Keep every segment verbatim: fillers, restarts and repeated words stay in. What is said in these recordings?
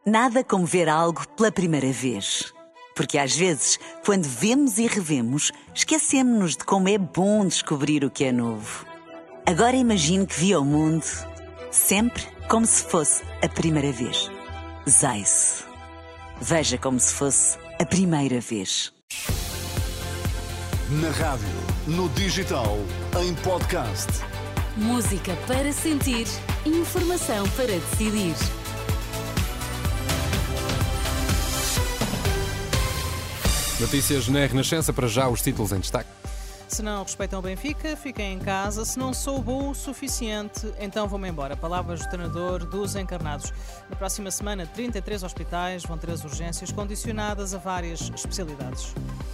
Nada como ver algo pela primeira vez. Porque às vezes, quando vemos e revemos, esquecemos-nos de como é bom descobrir o que é novo. Agora imagine que viu o mundo sempre como se fosse a primeira vez. Zais. Veja como se fosse a primeira vez. Na rádio, no digital, em podcast. Música para sentir, informação para decidir. Notícias na Renascença, para já os títulos em destaque. Se não respeitam o Benfica, fiquem em casa. Se não sou bom o suficiente, então vou-me embora. Palavras do treinador dos encarnados. Na próxima semana, trinta e três hospitais vão ter as urgências condicionadas a várias especialidades.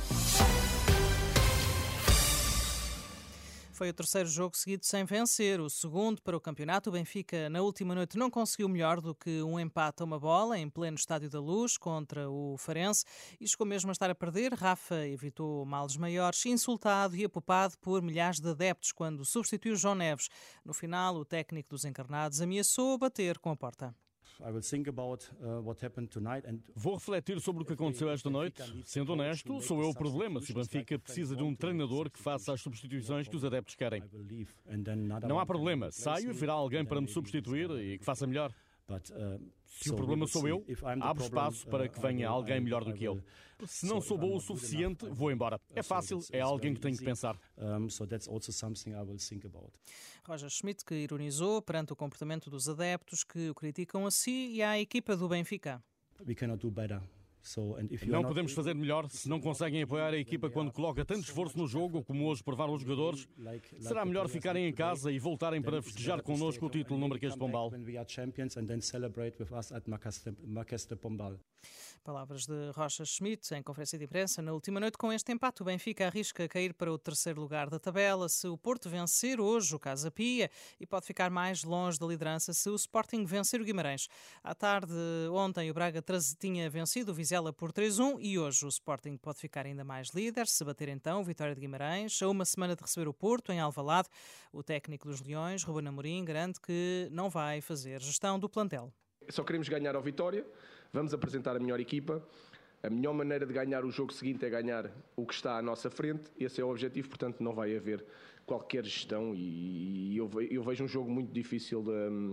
Foi o terceiro jogo seguido sem vencer, o segundo para o campeonato. O Benfica, na última noite, não conseguiu melhor do que um empate a uma bola em pleno Estádio da Luz contra o Farense e chegou mesmo a estar a perder. Rafa evitou males maiores, insultado e apopado por milhares de adeptos quando substituiu João Neves. No final, o técnico dos encarnados ameaçou bater com a porta. Vou refletir sobre o que aconteceu esta noite. Sendo honesto, sou eu o problema se o Benfica precisa de um treinador que faça as substituições que os adeptos querem. Não há problema, saio e virá alguém para me substituir e que faça melhor. Se o problema sou eu, abro espaço para que venha alguém melhor do que eu. Se não sou bom o suficiente, vou embora. É fácil, é alguém que tenho que pensar. Roger Schmidt, que ironizou perante o comportamento dos adeptos que o criticam a si e à equipa do Benfica. Não podemos fazer melhor. Se não conseguem apoiar a equipa quando coloca tanto esforço no jogo, como hoje provaram os jogadores, será melhor ficarem em casa e voltarem para festejar connosco o título no Marquês de Pombal. Palavras de Roger Schmidt em conferência de imprensa. Na última noite, com este empate, o Benfica arrisca cair para o terceiro lugar da tabela se o Porto vencer hoje o Casa Pia e pode ficar mais longe da liderança se o Sporting vencer o Guimarães. À tarde, ontem, o Braga tinha vencido o Vizela por três a um e hoje o Sporting pode ficar ainda mais líder se bater então o Vitória de Guimarães. A uma semana de receber o Porto, em Alvalade, o técnico dos Leões, Ruben Amorim, garante que não vai fazer gestão do plantel. Só queremos ganhar ao Vitória, vamos apresentar a melhor equipa. A melhor maneira de ganhar o jogo seguinte é ganhar o que está à nossa frente. Esse é o objetivo, portanto não vai haver qualquer gestão e eu vejo um jogo muito difícil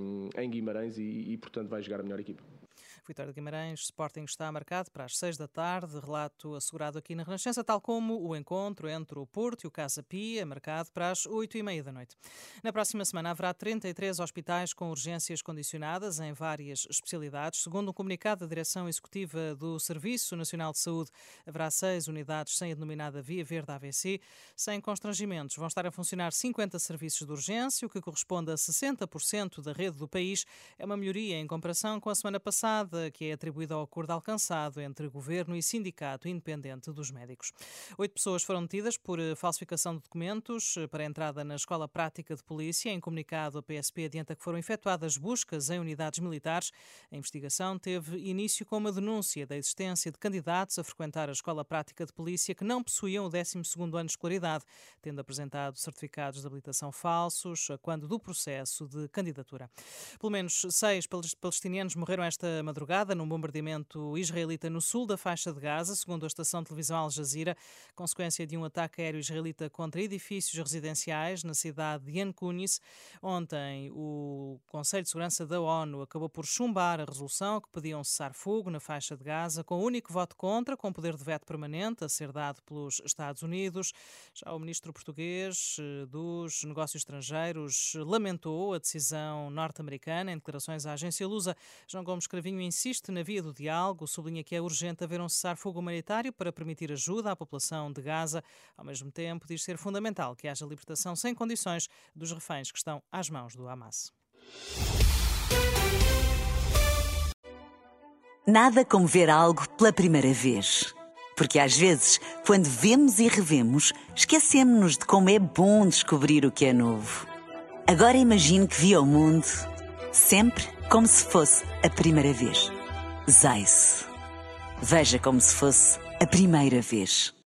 em Guimarães e, e portanto vai jogar a melhor equipa. Vitória de Guimarães, Sporting está marcado para as seis da tarde, relato assegurado aqui na Renascença, tal como o encontro entre o Porto e o Casa Pia, marcado para as oito e meia da noite. Na próxima semana haverá trinta e três hospitais com urgências condicionadas em várias especialidades. Segundo um comunicado da Direção Executiva do Serviço Nacional de Saúde, haverá seis unidades sem a denominada Via Verde A V C, sem constrangimentos. Vão estar a funcionar cinquenta serviços de urgência, o que corresponde a sessenta por cento da rede do país. É uma melhoria em comparação com a semana passada, que é atribuída ao acordo alcançado entre Governo e Sindicato Independente dos Médicos. Oito pessoas foram detidas por falsificação de documentos para a entrada na Escola Prática de Polícia. Em comunicado, a P S P adianta que foram efetuadas buscas em unidades militares. A investigação teve início com uma denúncia da existência de candidatos a frequentar a Escola Prática de Polícia que não possuíam o décimo segundo ano de escolaridade, tendo apresentado certificados de habilitação falsos quando do processo de candidatura. Pelo menos seis palestinianos morreram esta madrugada num bombardeamento israelita no sul da faixa de Gaza, segundo a estação de televisão Al Jazeera, consequência de um ataque aéreo israelita contra edifícios residenciais na cidade de Khan Yunis. Ontem, o Conselho de Segurança da ONU acabou por chumbar a resolução que pedia um cessar-fogo na faixa de Gaza, com o único voto contra, com poder de veto permanente a ser dado pelos Estados Unidos. Já o ministro português dos Negócios Estrangeiros lamentou a decisão norte-americana. Em declarações à agência Lusa, João Gomes Cravinho insiste na via do diálogo, sublinha que é urgente haver um cessar-fogo humanitário para permitir ajuda à população de Gaza. Ao mesmo tempo, diz ser fundamental que haja libertação sem condições dos reféns que estão às mãos do Hamas. Nada como ver algo pela primeira vez. Porque às vezes, quando vemos e revemos, esquecemos-nos de como é bom descobrir o que é novo. Agora imagine que viu o mundo sempre como se fosse a primeira vez. Zais. Veja como se fosse a primeira vez.